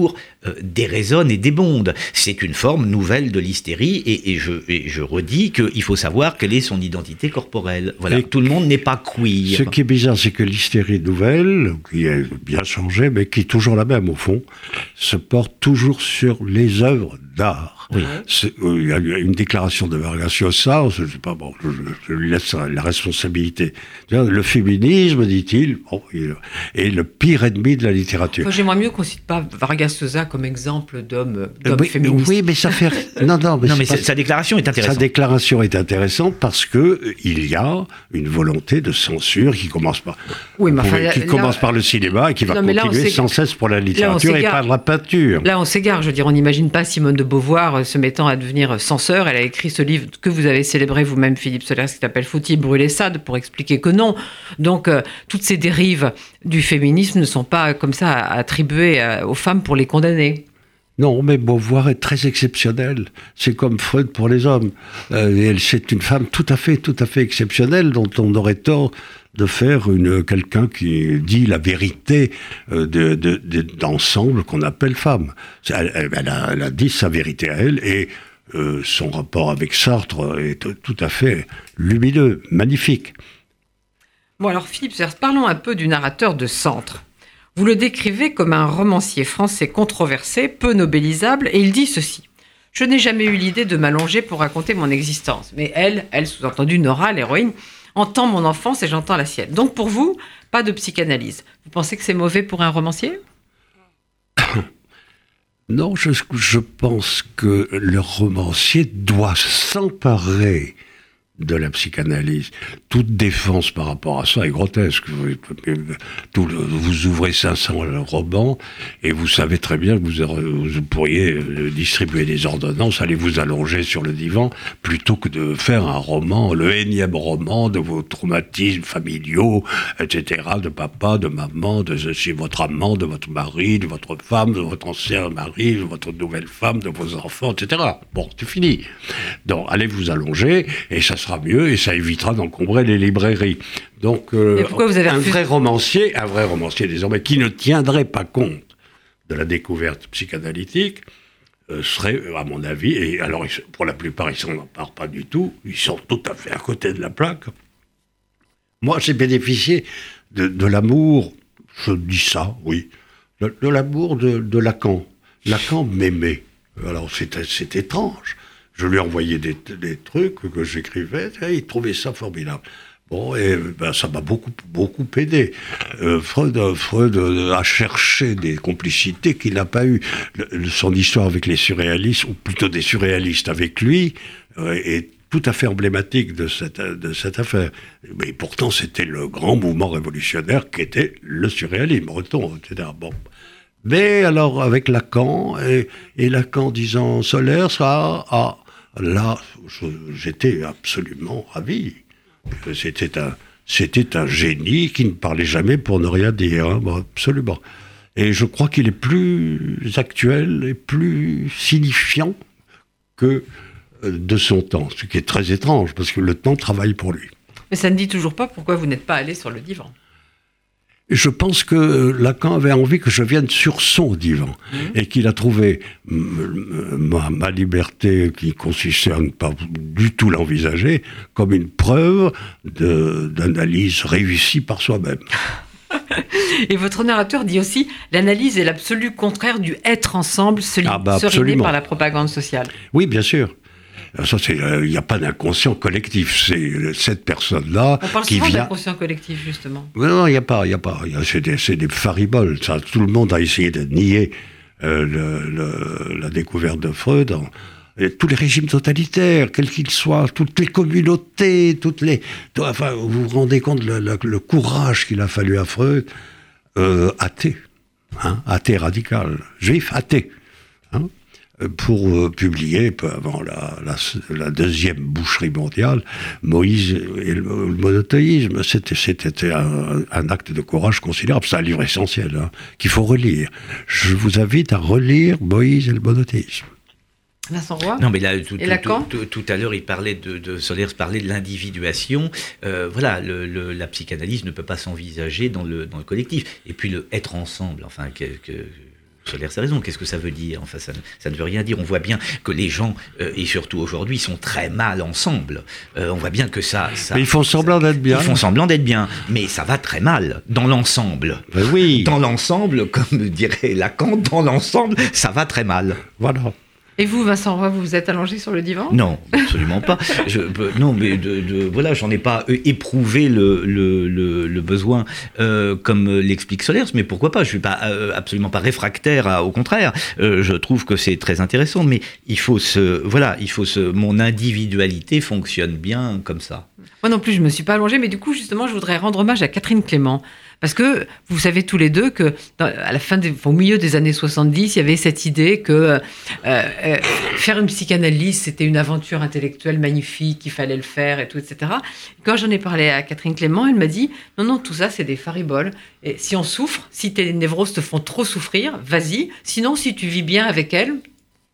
euh, déraisonne et débonde. C'est une forme nouvelle de l'hystérie, et, et, je, et je redis qu'il faut savoir quelle est son identité corporelle. Voilà. Et tout le monde n'est pas queer. Ce qui est bizarre, c'est que l'hystérie nouvelle, qui a bien changé, mais qui est toujours la même au fond, se porte toujours sur les œuvres d'art. Oui. C'est, euh, il y a une déclaration de Vargas Llosa, je sais pas, bon, je, je lui laisse la responsabilité. Le féminisme, dit-il, bon, il, est le pire ennemi de la littérature. Enfin, j'aimerais mieux qu'on cite pas Vargas Llosa comme exemple d'homme, d'homme oui, féministe. Oui, mais ça fait... Non, non, mais, non, mais pas... sa déclaration est intéressante. Sa déclaration est intéressante parce que il y a une volonté de censure qui commence par, oui, mais enfin, qui là, commence là... par le cinéma et qui va non, continuer sans cesse pour la littérature et par la peinture. Là, on s'égare. Je veux dire, on n'imagine pas Simone de Beauvoir se mettant à devenir censeur. Elle a écrit ce livre que vous avez célébré vous-même, Philippe Solers, qui s'appelle « Faut-il brûler Sade ?» pour expliquer que non. Donc, euh, toutes ces dérives du féminisme ne sont pas comme ça attribuées à, aux femmes pour les condamner. Non, mais Beauvoir est très exceptionnelle. C'est comme Freud pour les hommes. Euh, elle, c'est une femme tout à fait, tout à fait exceptionnelle dont on aurait tort de faire une, quelqu'un qui dit la vérité euh, de, de, de, d'ensemble qu'on appelle femme. Elle, elle, elle, a, elle a dit sa vérité à elle et euh, son rapport avec Sartre est tout à fait lumineux, magnifique. Bon alors Philippe Solers, parlons un peu du narrateur de Centre. Vous le décrivez comme un romancier français controversé, peu nobelisable, et il dit ceci. « Je n'ai jamais eu l'idée de m'allonger pour raconter mon existence. Mais elle, elle sous-entendu Nora, l'héroïne, entend mon enfance et j'entends la sienne. Donc pour vous, pas de psychanalyse. Vous pensez que c'est mauvais pour un romancier ? » Non, je, je pense que le romancier doit s'emparer de la psychanalyse. Toute défense par rapport à ça est grotesque. Tout le, vous ouvrez cinq cents romans et vous savez très bien que vous, vous pourriez distribuer des ordonnances, aller vous allonger sur le divan, plutôt que de faire un roman, le énième roman de vos traumatismes familiaux, et cetera, de papa, de maman, de chez votre amant, de votre mari, de votre femme, de votre ancien mari, de votre nouvelle femme, de vos enfants, et cetera. Bon, c'est fini. Donc, allez vous allonger et ça sera mieux et ça évitera d'encombrer les librairies. Donc, euh, vous avez un refusé... vrai romancier, un vrai romancier désormais, qui ne tiendrait pas compte de la découverte psychanalytique, euh, serait, à mon avis, et alors pour la plupart, ils s'en emparent pas du tout, ils sont tout à fait à côté de la plaque. Moi, j'ai bénéficié de, de l'amour, je dis ça, oui, de, de l'amour de, de Lacan. Lacan m'aimait. Alors, c'est, c'est étrange. Je lui envoyais des, des trucs que j'écrivais, et il trouvait ça formidable. Bon, et ben, ça m'a beaucoup, beaucoup aidé. Euh, Freud, Freud a cherché des complicités qu'il n'a pas eues. Le, son histoire avec les surréalistes, ou plutôt des surréalistes avec lui, euh, est tout à fait emblématique de cette, de cette affaire. Mais pourtant, c'était le grand mouvement révolutionnaire qui était le surréalisme, Breton, et cetera. Bon. Mais alors, avec Lacan, et, et Lacan disant Solers, ah, ah, là, je, j'étais absolument ravi. C'était un, c'était un génie qui ne parlait jamais pour ne rien dire, hein, bon, absolument. Et je crois qu'il est plus actuel et plus signifiant que de son temps, ce qui est très étrange, parce que le temps travaille pour lui. Mais ça ne dit toujours pas pourquoi vous n'êtes pas allé sur le divan. Je pense que Lacan avait envie que je vienne sur son divan, mmh. et qu'il a trouvé ma, ma liberté, qui consistait à ne pas du tout l'envisager, comme une preuve de, d'analyse réussie par soi-même. Et votre narrateur dit aussi « L'analyse est l'absolu contraire du être ensemble, celui ah bah, seriné par la propagande sociale ». Oui, bien sûr. Ça, c'est, il euh, n'y a pas d'inconscient collectif. C'est cette personne-là On parle qui souvent vient... d'inconscient collectif, justement. Non, il n'y a pas, il n'y a pas. Y a, c'est, des, c'est des fariboles. Ça, tout le monde a essayé de nier euh, le, le, la découverte de Freud. Et tous les régimes totalitaires, quels qu'ils soient, toutes les communautés, toutes les... Enfin, vous vous rendez compte le, le, le courage qu'il a fallu à Freud, euh, athée, hein, athée radical, juif athée, hein, pour euh, publier, peu avant la, la, la deuxième boucherie mondiale, Moïse et le, le monothéisme. C'était, c'était un, un acte de courage considérable. C'est un livre essentiel, hein, qu'il faut relire. Je vous invite à relire Moïse et le monothéisme. Vincent Roy. Non, mais là, tout, tout, tout, tout, tout à l'heure, il parlait de, de Solers parlait de l'individuation. Euh, voilà, le, le, la psychanalyse ne peut pas s'envisager dans le, dans le collectif. Et puis le être ensemble, enfin, que, que Solaire, c'est raison. Qu'est-ce que ça veut dire? Enfin, ça, ça ne veut rien dire. On voit bien que les gens, euh, et surtout aujourd'hui, sont très mal ensemble. Euh, on voit bien que ça... ça mais ils font semblant ça, d'être bien. Ils font semblant d'être bien, mais ça va très mal, dans l'ensemble. Ben oui. Dans l'ensemble, comme dirait Lacan, dans l'ensemble, ça va très mal. Voilà. Et vous, Vincent Roy, vous vous êtes allongé sur le divan? Non, absolument pas. Je, non, mais de, de, voilà, j'en ai pas éprouvé le, le, le, le besoin euh, comme l'explique Solers, mais pourquoi pas? Je suis pas euh, absolument pas réfractaire, à, au contraire. Euh, je trouve que c'est très intéressant, mais il faut se, voilà, il faut se, mon individualité fonctionne bien comme ça. Moi non plus, je me suis pas allongée, mais du coup, justement, je voudrais rendre hommage à Catherine Clément. Parce que vous savez tous les deux que dans, à la fin des, au milieu des années soixante-dix, il y avait cette idée que euh, euh, faire une psychanalyse, c'était une aventure intellectuelle magnifique, qu'il fallait le faire et tout, et cetera. Quand j'en ai parlé à Catherine Clément, elle m'a dit « Non, non, tout ça, c'est des fariboles. Et si on souffre, si tes névroses te font trop souffrir, vas-y. Sinon, si tu vis bien avec elles, continue. »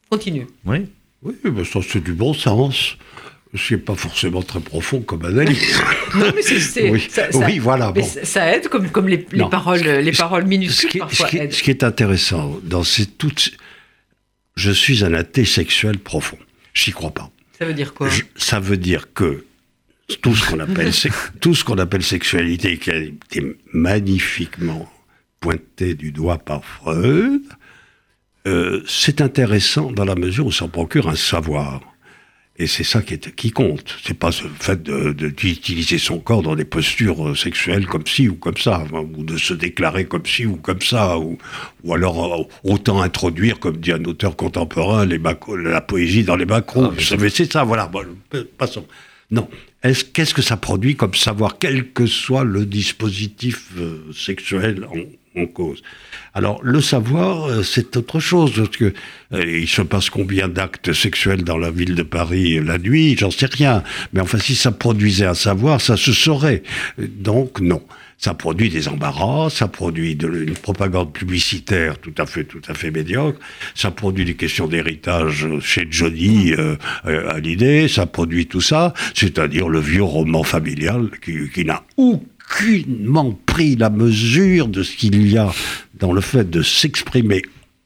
Oui. Oui, ben ça, c'est du bon sens. Ce n'est pas forcément très profond comme analyse. Non, mais c'est, c'est, oui, ça, ça, oui, voilà. Mais bon. ça, ça aide, comme, comme les, les paroles, les paroles minuscules ce qui, parfois ce qui, aident. Ce qui est intéressant, dans ces toutes... Je suis un athée sexuel profond. J'y crois pas. Ça veut dire quoi? Je, Ça veut dire que tout ce qu'on appelle, tout ce qu'on appelle sexualité, qui a été magnifiquement pointé du doigt par Freud, euh, c'est intéressant dans la mesure où ça procure un savoir. Et c'est ça qui, est, qui compte. C'est pas le fait de, de, d'utiliser son corps dans des postures sexuelles comme ci ou comme ça, ou de se déclarer comme ci ou comme ça, ou, ou alors autant introduire, comme dit un auteur contemporain, les macros, la poésie dans les macros. Ah, mais mais c'est ça, voilà. Bon, passons. Non. Est-ce, qu'est-ce que ça produit comme savoir, quel que soit le dispositif euh, sexuel en, en cause? Alors, le savoir, euh, c'est autre chose, parce que euh, il se passe combien d'actes sexuels dans la ville de Paris la nuit, j'en sais rien. Mais enfin, si ça produisait un savoir, ça se saurait. Donc, non. Ça produit des embarras, ça produit de, une propagande publicitaire tout à fait, tout à fait médiocre, ça produit des questions d'héritage chez Johnny euh, euh, Hallyday, ça produit tout ça, c'est-à-dire le vieux roman familial qui, qui n'a aucunement pris la mesure de ce qu'il y a dans le fait de s'exprimer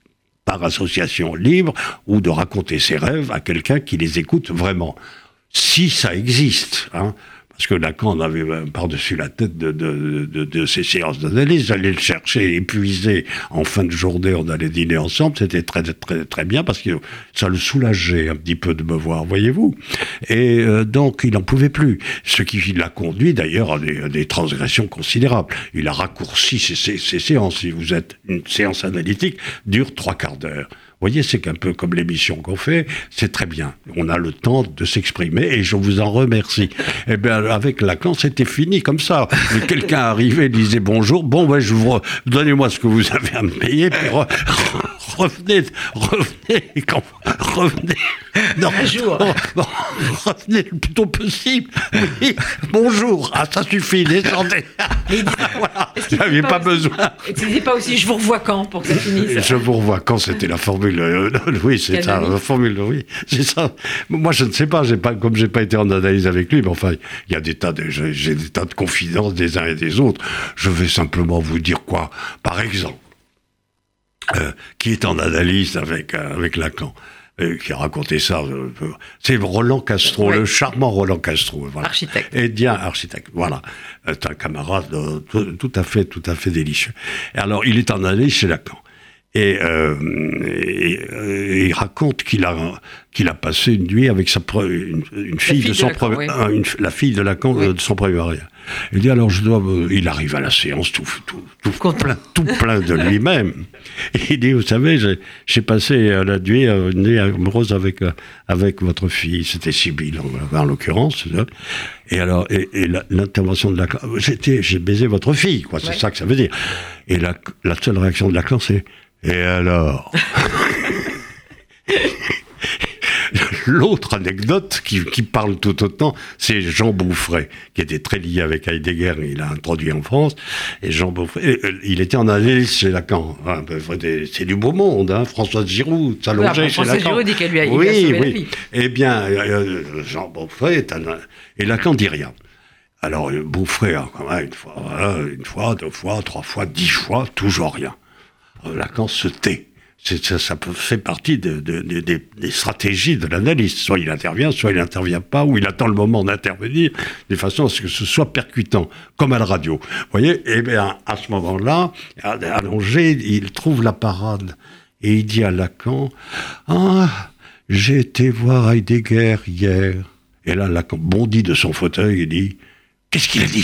par association libre ou de raconter ses rêves à quelqu'un qui les écoute vraiment. Si ça existe, hein. Parce que Lacan avait par-dessus la tête de, de, de, de ces séances d'analyse. J'allais le chercher, épuisé. En fin de journée, on allait dîner ensemble. C'était très, très, très bien parce que ça le soulageait un petit peu de me voir, voyez-vous. Et euh, donc, il n'en pouvait plus. Ce qui l'a conduit, d'ailleurs, à des, à des transgressions considérables. Il a raccourci ces, ces, ces séances. Si vous êtes une séance analytique, dure trois quarts d'heure. Vous voyez, c'est un peu comme l'émission qu'on fait, c'est très bien. On a le temps de s'exprimer et je vous en remercie. Eh bien, avec Lacan, c'était fini comme ça. Quelqu'un arrivait, disait bonjour, bon, ouais, je vous re... donnez-moi ce que vous avez à me payer, puis re... revenez, revenez, quand... revenez. Non, un jour. Non, non, revenez le plus tôt possible. Oui, bonjour, ah, ça suffit, descendez. Voilà, vous n'aviez pas, pas besoin. Et tu disais pas aussi, je vous revois quand pour que ça finisse? Je vous revois quand, c'était la formule. Euh, oui, c'est Quelle ça, la formule, oui, c'est ça. Moi, je ne sais pas, j'ai pas comme j'ai pas été en analyse avec lui, mais enfin, il y a des tas de, j'ai, j'ai des tas de confidences des uns et des autres. Je vais simplement vous dire quoi, par exemple, euh, qui est en analyse avec, euh, avec Lacan. Euh, qui a raconté ça, euh, c'est Roland Castro, ouais. Le charmant Roland Castro, voilà. Architecte. Et bien architecte, voilà, c'est un camarade euh, tout, tout à fait, tout à fait délicieux. Et alors, il est en analyse chez Lacan. Et, euh, et, et il raconte qu'il a qu'il a passé une nuit avec sa pre, une, une fille, fille de son de Lacan, pre, oui. une, la fille de Lacan, oui. de son premier mariage. Il dit alors je dois, euh, il arrive à la séance tout tout tout plein, tout plein de lui-même. Et il dit vous savez j'ai, j'ai passé la nuit une nuit amoureuse avec avec votre fille, c'était Sibylle en, en l'occurrence. Et alors et, et la, l'intervention de Lacan, c'était j'ai baisé votre fille quoi, c'est ouais. ça que ça veut dire. Et la la seule réaction de Lacan c'est et alors L'autre anecdote qui, qui parle tout autant, c'est Jean Bouffret, qui était très lié avec Heidegger, il a introduit en France, et Jean Bouffret, il était en analyse chez Lacan. Hein, c'est du beau monde, hein, Françoise Giroud, s'allongeait chez Lacan. Giroud dit qu'elle lui a, oui, il a sauvé oui. la vie. Eh bien, euh, Jean Bouffret est un... Et Lacan dit rien. Alors, Bouffret, hein, une fois, voilà, une fois, deux fois, trois fois, dix fois, toujours rien. Lacan se tait. c'est, ça, ça fait partie de, de, de, de, des stratégies de l'analyste. Soit il intervient, soit il n'intervient pas, ou il attend le moment d'intervenir, de façon à ce que ce soit percutant, comme à la radio. Vous voyez, et bien à ce moment-là, allongé, il trouve la parade, et il dit à Lacan, « Ah, j'ai été voir Heidegger hier. » Et là, Lacan bondit de son fauteuil et dit, « Qu'est-ce qu'il a dit ?»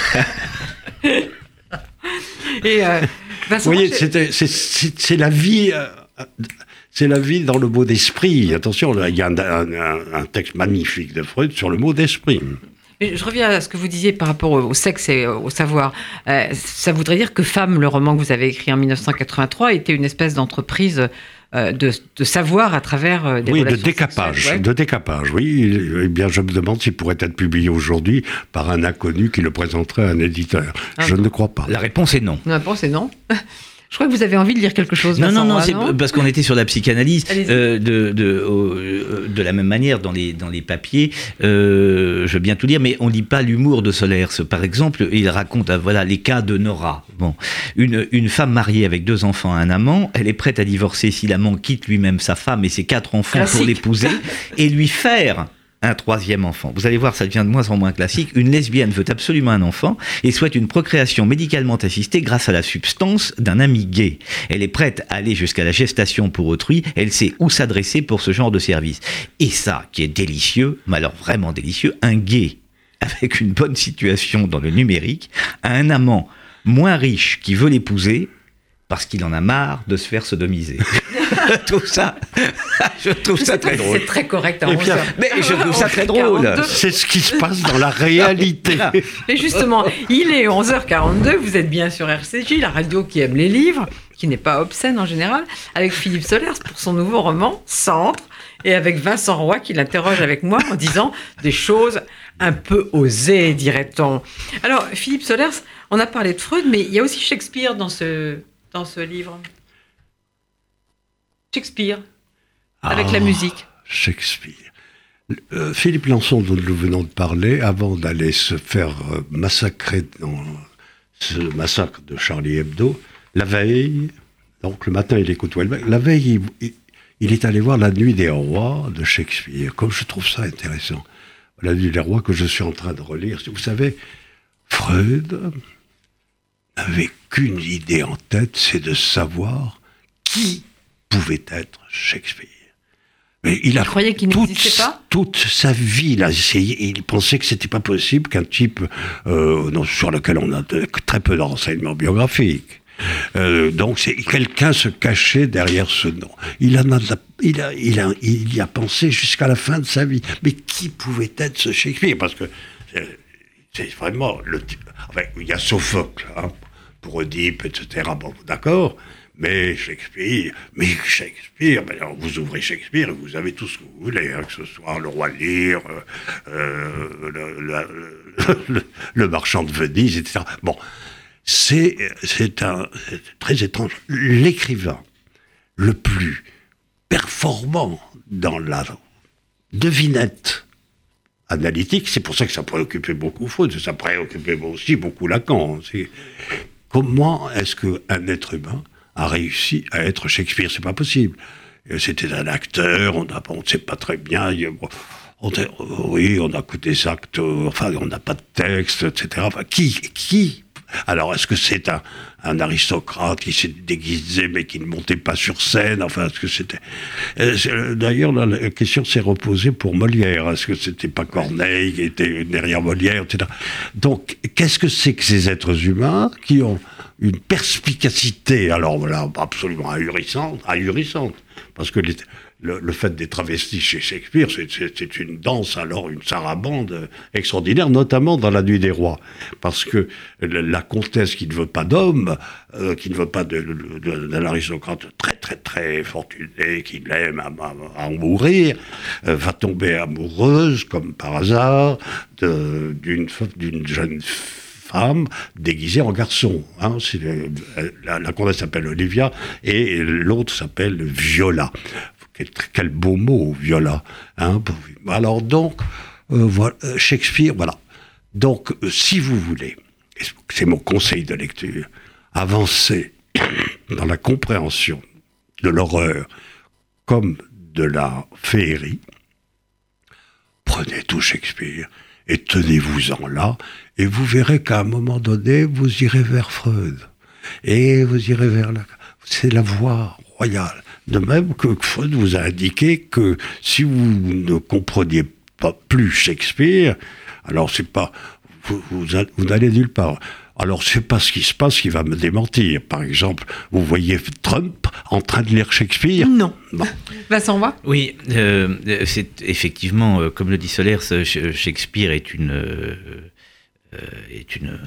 Et euh, Vincent, vous voyez, j'ai... c'est, c'est, c'est, c'est la vie, euh, c'est la vie dans le mot d'esprit. Attention, là, il y a un, un, un texte magnifique de Freud sur le mot d'esprit. Je reviens à ce que vous disiez par rapport au sexe et au savoir. Euh, ça voudrait dire que Femme, le roman que vous avez écrit en dix-neuf cent quatre-vingt-trois, était une espèce d'entreprise euh, de, de savoir à travers euh, des oui, relations de décapage, sexuelles, ouais. de décapage, oui. Eh bien, je me demande s'il pourrait être publié aujourd'hui par un inconnu qui le présenterait à un éditeur. Ah, je non. ne crois pas. La réponse est non. La réponse est non. Je crois que vous avez envie de lire quelque chose. Non, Vincent, non, non, hein, c'est non parce qu'on était sur la psychanalyse. Euh, de, de, euh, de la même manière, dans les, dans les papiers, euh, je veux bien tout dire, mais on ne lit pas l'humour de Solers. Par exemple, il raconte voilà, les cas de Nora. Bon, une, une femme mariée avec deux enfants à un amant, elle est prête à divorcer si l'amant quitte lui-même sa femme et ses quatre enfants Classique. Pour l'épouser et lui faire un troisième enfant. Vous allez voir, ça devient de moins en moins classique. Une lesbienne veut absolument un enfant et souhaite une procréation médicalement assistée grâce à la substance d'un ami gay. Elle est prête à aller jusqu'à la gestation pour autrui. Elle sait où s'adresser pour ce genre de service. Et ça, qui est délicieux, mais alors vraiment délicieux, un gay avec une bonne situation dans le numérique, a un amant moins riche qui veut l'épouser parce qu'il en a marre de se faire sodomiser. Je trouve ça, je trouve ça très drôle. C'est très correct à onze heures. Mais je trouve ça très drôle. C'est ce qui se passe dans la réalité. Mais justement, il est onze heures quarante-deux, vous êtes bien sur R C J, la radio qui aime les livres, qui n'est pas obscène en général, avec Philippe Solers pour son nouveau roman, Centre, et avec Vincent Roy qui l'interroge avec moi en disant des choses un peu osées, dirait-on. Alors, Philippe Solers, on a parlé de Freud, mais il y a aussi Shakespeare dans ce, dans ce livre. Shakespeare, avec ah, la musique. Shakespeare. Euh, Philippe Lançon, dont nous venons de parler, avant d'aller se faire euh, massacrer dans ce massacre de Charlie Hebdo, la veille, donc le matin il écoute Houellebecq, la veille il, il est allé voir La Nuit des Rois de Shakespeare, comme je trouve ça intéressant. La Nuit des Rois que je suis en train de relire. Vous savez, Freud n'avait qu'une idée en tête, c'est de savoir qui pouvait être Shakespeare. Mais il a il croyait qu'il toute, n'existait pas toute sa vie, il a essayé, il pensait que c'était pas possible qu'un type euh, non, sur lequel on a de, très peu de renseignements biographiques. Euh, donc c'est quelqu'un se cachait derrière ce nom. Il en a, il a, il a, il y a pensé jusqu'à la fin de sa vie. Mais qui pouvait être ce Shakespeare ? Parce que c'est, c'est vraiment le. Enfin, il y a Sophocle, hein, pour Oedipe, et cetera. Bon, d'accord. Mais Shakespeare, mais Shakespeare, ben alors vous ouvrez Shakespeare et vous avez tout ce que vous voulez, hein, que ce soit le roi Lear, euh, le, le, le, le marchand de Venise, et cetera. Bon, c'est, c'est, un, c'est très étrange. L'écrivain le plus performant dans la devinette analytique, c'est pour ça que ça préoccupait beaucoup Freud, ça préoccupait aussi beaucoup Lacan. C'est comment est-ce qu'un être humain a réussi à être Shakespeare? C'est pas possible. C'était un acteur, on ne on sait pas très bien. On a, oui, on a que des acteurs, enfin, on n'a pas de texte, et cetera. Enfin, qui, qui Alors, est-ce que c'est un, un aristocrate qui s'est déguisé mais qui ne montait pas sur scène? Enfin, est-ce que c'était... D'ailleurs, la, la question s'est reposée pour Molière. Est-ce que c'était pas Corneille qui était derrière Molière, et cetera. Donc, qu'est-ce que c'est que ces êtres humains qui ont une perspicacité, alors voilà, absolument ahurissante, ahurissante, parce que les, le, le fait des travestis chez Shakespeare, c'est, c'est, c'est une danse, alors une sarabande extraordinaire, notamment dans La Nuit des Rois, parce que la comtesse qui ne veut pas d'homme, euh, qui ne veut pas de, de, de, d'un aristocrate très très très fortuné, qui l'aime à, à, à en mourir, euh, va tomber amoureuse, comme par hasard, de, d'une, d'une jeune fille, femme déguisée en garçon. Hein, c'est, la, la comtesse s'appelle Olivia et l'autre s'appelle Viola. Quel, quel beau mot, Viola. Hein, pour, alors donc, euh, voilà, Shakespeare, voilà. Donc, euh, si vous voulez, c'est mon conseil de lecture, avancez dans la compréhension de l'horreur comme de la féerie, prenez tout Shakespeare et tenez-vous-en là, et vous verrez qu'à un moment donné, vous irez vers Freud. Et vous irez vers la... C'est la voie royale. De même que Freud vous a indiqué que si vous ne compreniez pas plus Shakespeare, alors c'est pas... Vous, vous, vous n'allez nulle part. Alors, c'est pas ce qui se passe qui va me démentir. Par exemple, vous voyez Trump en train de lire Shakespeare ? Non. Non. Vincent Roy ? Oui, euh, c'est effectivement, euh, comme le dit Solers, Shakespeare est une, euh, est une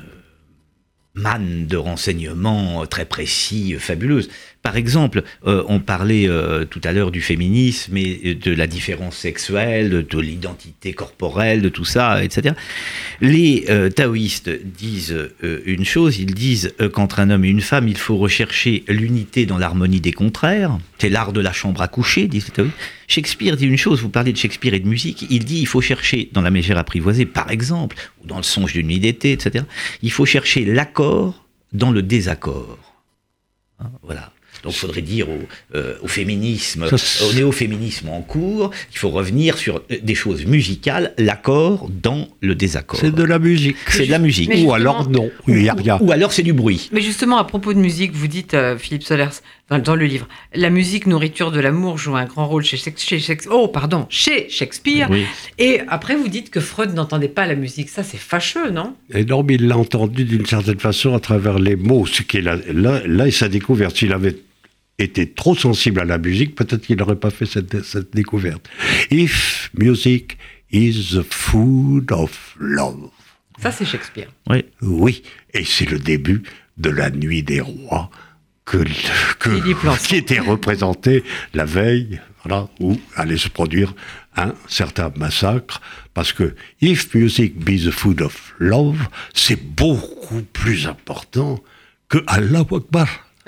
manne de renseignements très précis, fabuleuse. Par exemple, euh, on parlait euh, tout à l'heure du féminisme et de la différence sexuelle, de l'identité corporelle, de tout ça, et cetera. Les euh, taoïstes disent euh, une chose, ils disent euh, qu'entre un homme et une femme, il faut rechercher l'unité dans l'harmonie des contraires. C'est l'art de la chambre à coucher, disent les taoïstes. Shakespeare dit une chose, vous parlez de Shakespeare et de musique, il dit il faut chercher dans La Mégère apprivoisée, par exemple, ou dans Le Songe d'une nuit d'été, et cetera. Il faut chercher l'accord dans le désaccord. Hein, voilà. Donc, il faudrait dire au, euh, au féminisme, Ça, au néo-féminisme en cours, qu'il faut revenir sur des choses musicales, l'accord dans le désaccord. C'est de la musique. C'est de la musique. Mais Ou alors non, il n'y a rien. Ou alors c'est du bruit. Mais justement, à propos de musique, vous dites, euh, Philippe Solers, dans, dans le livre, la musique nourriture de l'amour joue un grand rôle chez Shakespeare. Chez, oh, pardon, chez Shakespeare. Oui. Et après, vous dites que Freud n'entendait pas la musique. Ça, c'est fâcheux, non ? Et non, mais il l'a entendu d'une certaine façon à travers les mots. Ce qui est là, là, là est sa découverte. S'il avait été trop sensible à la musique, peut-être qu'il n'aurait pas fait cette, cette découverte. If music is the food of love. Ça, c'est Shakespeare. Oui. Oui, et c'est le début de la Nuit des Rois que, Philippe que, Lançon. qui était représenté la veille, voilà, où allait se produire un certain massacre, parce que If music be the food of love, c'est beaucoup plus important que Allahu Akbar.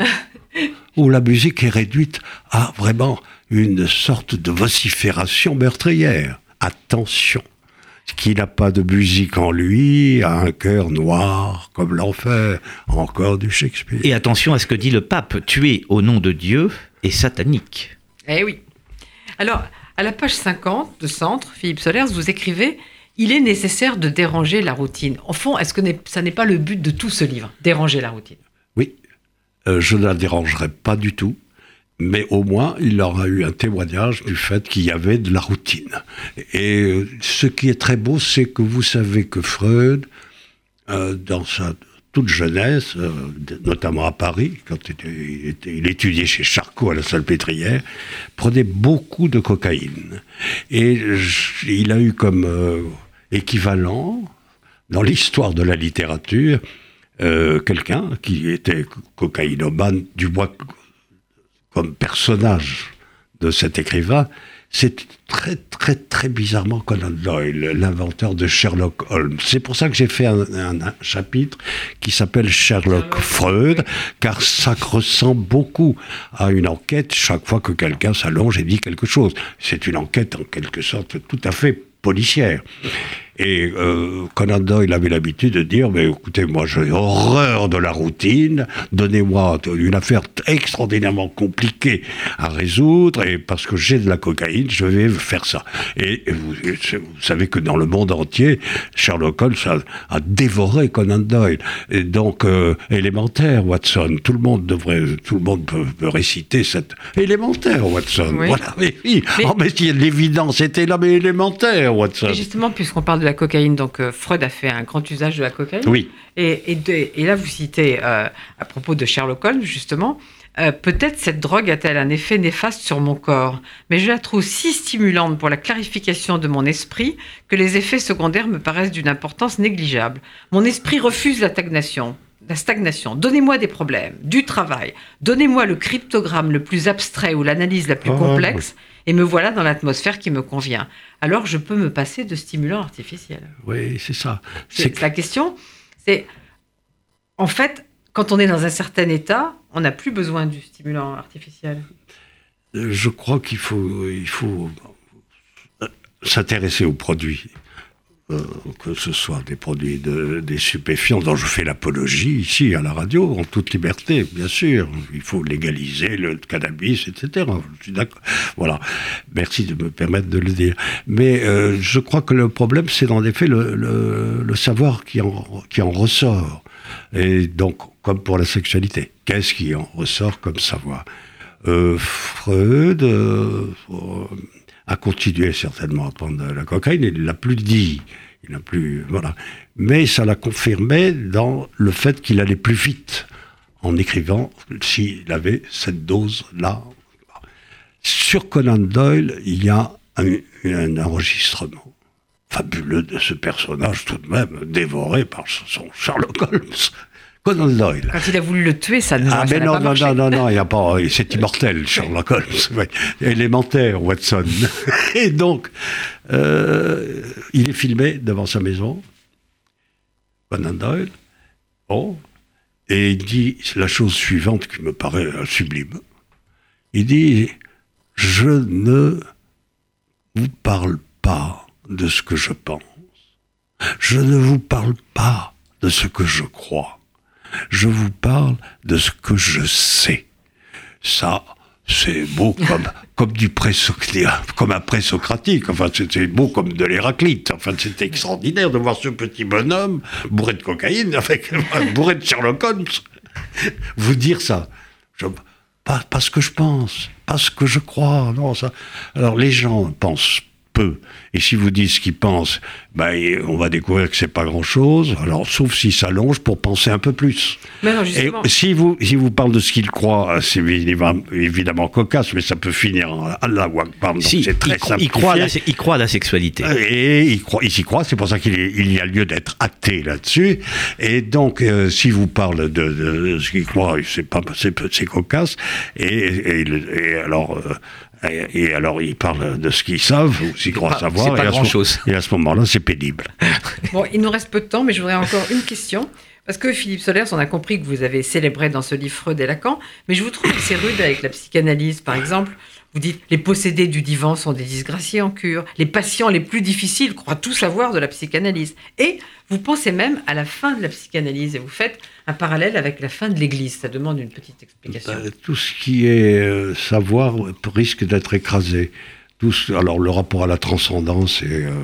Où la musique est réduite à vraiment une sorte de vocifération meurtrière. Attention, qui n'a pas de musique en lui a un cœur noir comme l'enfer, encore du Shakespeare. Et attention à ce que dit le pape, tuer au nom de Dieu est satanique. Eh oui. Alors, à la page cinquante de Centre, Philippe Solers, vous écrivez « Il est nécessaire de déranger la routine ». Au fond, est-ce que ça n'est pas le but de tout ce livre, déranger la routine ? Oui. Euh, je ne la dérangerai pas du tout, mais au moins il aura eu un témoignage du fait qu'il y avait de la routine. Et euh, ce qui est très beau, c'est que vous savez que Freud, euh, dans sa toute jeunesse, euh, notamment à Paris, quand il, était, il, était, il étudiait chez Charcot à la Salpêtrière, prenait beaucoup de cocaïne. Et je, il a eu comme euh, équivalent, dans l'histoire de la littérature, Euh, quelqu'un qui était cocaïnomane, du moins comme personnage de cet écrivain, c'est très très très bizarrement Conan Doyle, l'inventeur de Sherlock Holmes. C'est pour ça que j'ai fait un, un, un chapitre qui s'appelle Sherlock Freud, car ça ressemble beaucoup à une enquête chaque fois que quelqu'un s'allonge et dit quelque chose. C'est une enquête en quelque sorte tout à fait policière. Et euh, Conan Doyle avait l'habitude de dire, mais écoutez, moi j'ai horreur de la routine, donnez-moi une affaire extraordinairement compliquée à résoudre, et parce que j'ai de la cocaïne, je vais faire ça. Et, et vous, vous savez que dans le monde entier, Sherlock Holmes a, a dévoré Conan Doyle. Et donc, euh, élémentaire, Watson, tout le monde devrait, tout le monde peut, peut réciter cette élémentaire, Watson. Oui. Voilà, mais oui. Mais... Oh, mais si l'évidence était là, mais élémentaire, Watson. Et justement, puisqu'on parle de la cocaïne, donc euh, Freud a fait un grand usage de la cocaïne. Oui. Et, et, de, et là, vous citez, euh, à propos de Sherlock Holmes, justement, euh, peut-être cette drogue a-t-elle un effet néfaste sur mon corps, mais je la trouve si stimulante pour la clarification de mon esprit que les effets secondaires me paraissent d'une importance négligeable. Mon esprit refuse la stagnation. La stagnation. Donnez-moi des problèmes, du travail. Donnez-moi le cryptogramme le plus abstrait ou l'analyse la plus Oh, complexe. Et me voilà dans l'atmosphère qui me convient. Alors, je peux me passer de stimulants artificiels. Oui, c'est ça. C'est, C'est la question, c'est... En fait, quand on est dans un certain état, on n'a plus besoin du stimulant artificiel. Je crois qu'il faut, il faut s'intéresser aux produits. euh, que ce soit des produits, de, des stupéfiants dont je fais l'apologie ici à la radio, en toute liberté, bien sûr. Il faut légaliser le cannabis, et cetera. Je suis d'accord. Voilà. Merci de me permettre de le dire. Mais euh, je crois que le problème, c'est dans les faits le, le, le savoir qui en, qui en ressort. Et donc, comme pour la sexualité, qu'est-ce qui en ressort comme savoir ? euh, Freud euh, a continué certainement à prendre la cocaïne, il ne l'a plus dit, il n'a plus, voilà. Mais ça l'a confirmé dans le fait qu'il allait plus vite en écrivant s'il avait cette dose-là. Sur Conan Doyle, il y a un, un enregistrement fabuleux de ce personnage tout de même dévoré par son Sherlock Holmes. Conan Doyle. Quand il a voulu le tuer, ça ne ah, ça mais n'a non, pas non, marché. non, non, non, il y a pas, c'est immortel, Sherlock Holmes. Ouais. Élémentaire, Watson. Et donc, euh, il est filmé devant sa maison, Conan Doyle. Bon. Et il dit la chose suivante qui me paraît sublime. Il dit, je ne vous parle pas de ce que je pense. Je ne vous parle pas de ce que je crois. Je vous parle de ce que je sais. Ça, c'est beau comme, comme du présocratique, comme un présocratique. Enfin, c'est beau comme de l'Héraclite. Enfin, c'est extraordinaire de voir ce petit bonhomme bourré de cocaïne, avec, bourré de Sherlock Holmes, vous dire ça. Je, pas, pas ce que je pense, pas ce que je crois. Non, ça. Alors, les gens pensent peu. Et si vous dites ce qu'ils pensent, ben, on va découvrir que c'est pas grand-chose. Alors, sauf s'ils s'allongent pour penser un peu plus. Mais non, justement. Et si vous, si vous parlez de ce qu'ils croient, c'est évidemment, évidemment cocasse, mais ça peut finir en Allah Akbar. Donc si, c'est très il, cro- il, croit à la, il croit à la sexualité. Et il, croit, il s'y croit, c'est pour ça qu'il est, il y a lieu d'être athée là-dessus. Et donc, euh, si vous parlez de, de, de ce qu'il croit, c'est, pas, c'est, c'est cocasse. Et, et, et alors... Euh, Et, et alors, ils parlent de ce qu'ils savent, ou s'ils croient pas, savoir. C'est pas et grand-chose. Et à ce moment-là, c'est pénible. Bon, il nous reste peu de temps, mais je voudrais encore une question. Parce que Philippe Solers, on a compris que vous avez célébré dans ce livre Freud et Lacan, mais je vous trouve assez rude avec la psychanalyse, par exemple. Vous dites, les possédés du divan sont des disgraciés en cure. Les patients les plus difficiles croient tout savoir de la psychanalyse. Et vous pensez même à la fin de la psychanalyse, et vous faites un parallèle avec la fin de l'Église. Ça demande une petite explication. Ben, tout ce qui est euh, savoir risque d'être écrasé. Tout ce, alors, le rapport à la transcendance est... Euh,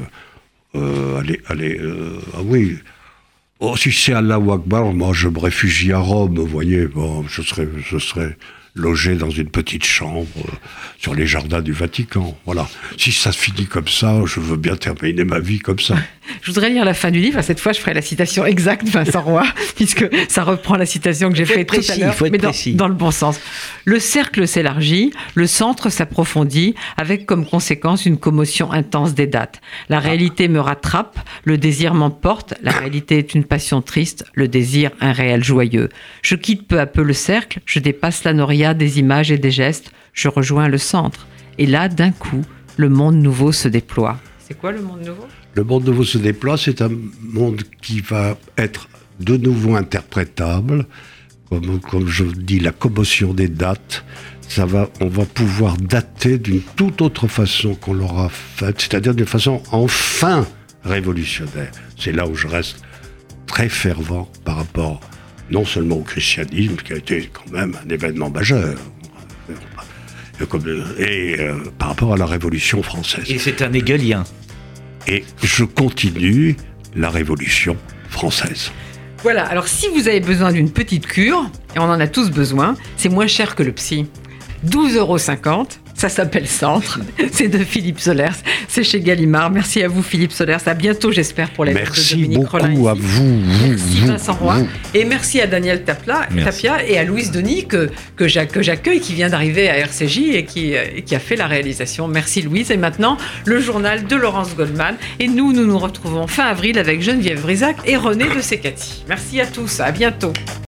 euh, allez, allez, euh, ah oui... Oh, si c'est Allahu Akbar, moi je me réfugie à Rome, vous voyez, bon, je serais, je serais logé dans une petite chambre euh, sur les jardins du Vatican, voilà. Si ça se finit comme ça, je veux bien terminer ma vie comme ça. Je voudrais lire la fin du livre. Cette fois, je ferai la citation exacte de Vincent Roy, puisque ça reprend la citation que j'ai faite tout à l'heure, faut être mais dans, précis. dans le bon sens. Le cercle s'élargit, le centre s'approfondit, avec comme conséquence une commotion intense des dates. La réalité me rattrape, le désir m'emporte, la réalité est une passion triste, le désir un réel joyeux. Je quitte peu à peu le cercle, je dépasse la noria des images et des gestes, je rejoins le centre. Et là, d'un coup, le monde nouveau se déploie. C'est quoi le monde nouveau ? Le monde nouveau se déploie, c'est un monde qui va être de nouveau interprétable, comme, comme je dis, la commotion des dates. Ça va, on va pouvoir dater d'une toute autre façon qu'on l'aura faite, c'est-à-dire d'une façon enfin révolutionnaire. C'est là où je reste très fervent par rapport non seulement au christianisme, qui a été quand même un événement majeur, et euh, par rapport à la Révolution française. Et c'est un hegelien. Et je continue la Révolution française. Voilà, alors si vous avez besoin d'une petite cure, et on en a tous besoin, c'est moins cher que le psy. douze euros cinquante, ça s'appelle Centre, c'est de Philippe Solers, c'est chez Gallimard. Merci à vous Philippe Solers, à bientôt j'espère pour la vie de Merci Dominique beaucoup Rollin ici. à vous, vous, Merci vous, Vincent Roy, vous. et merci à Daniel Tapla, Tapia et à Louise Denis que, que, j'a- que j'accueille, qui vient d'arriver à R C J et qui, et qui a fait la réalisation. Merci Louise, et maintenant le journal de Laurence Goldman, et nous, nous nous retrouvons fin avril avec Geneviève Brisac et René de Secati. Merci à tous, à bientôt.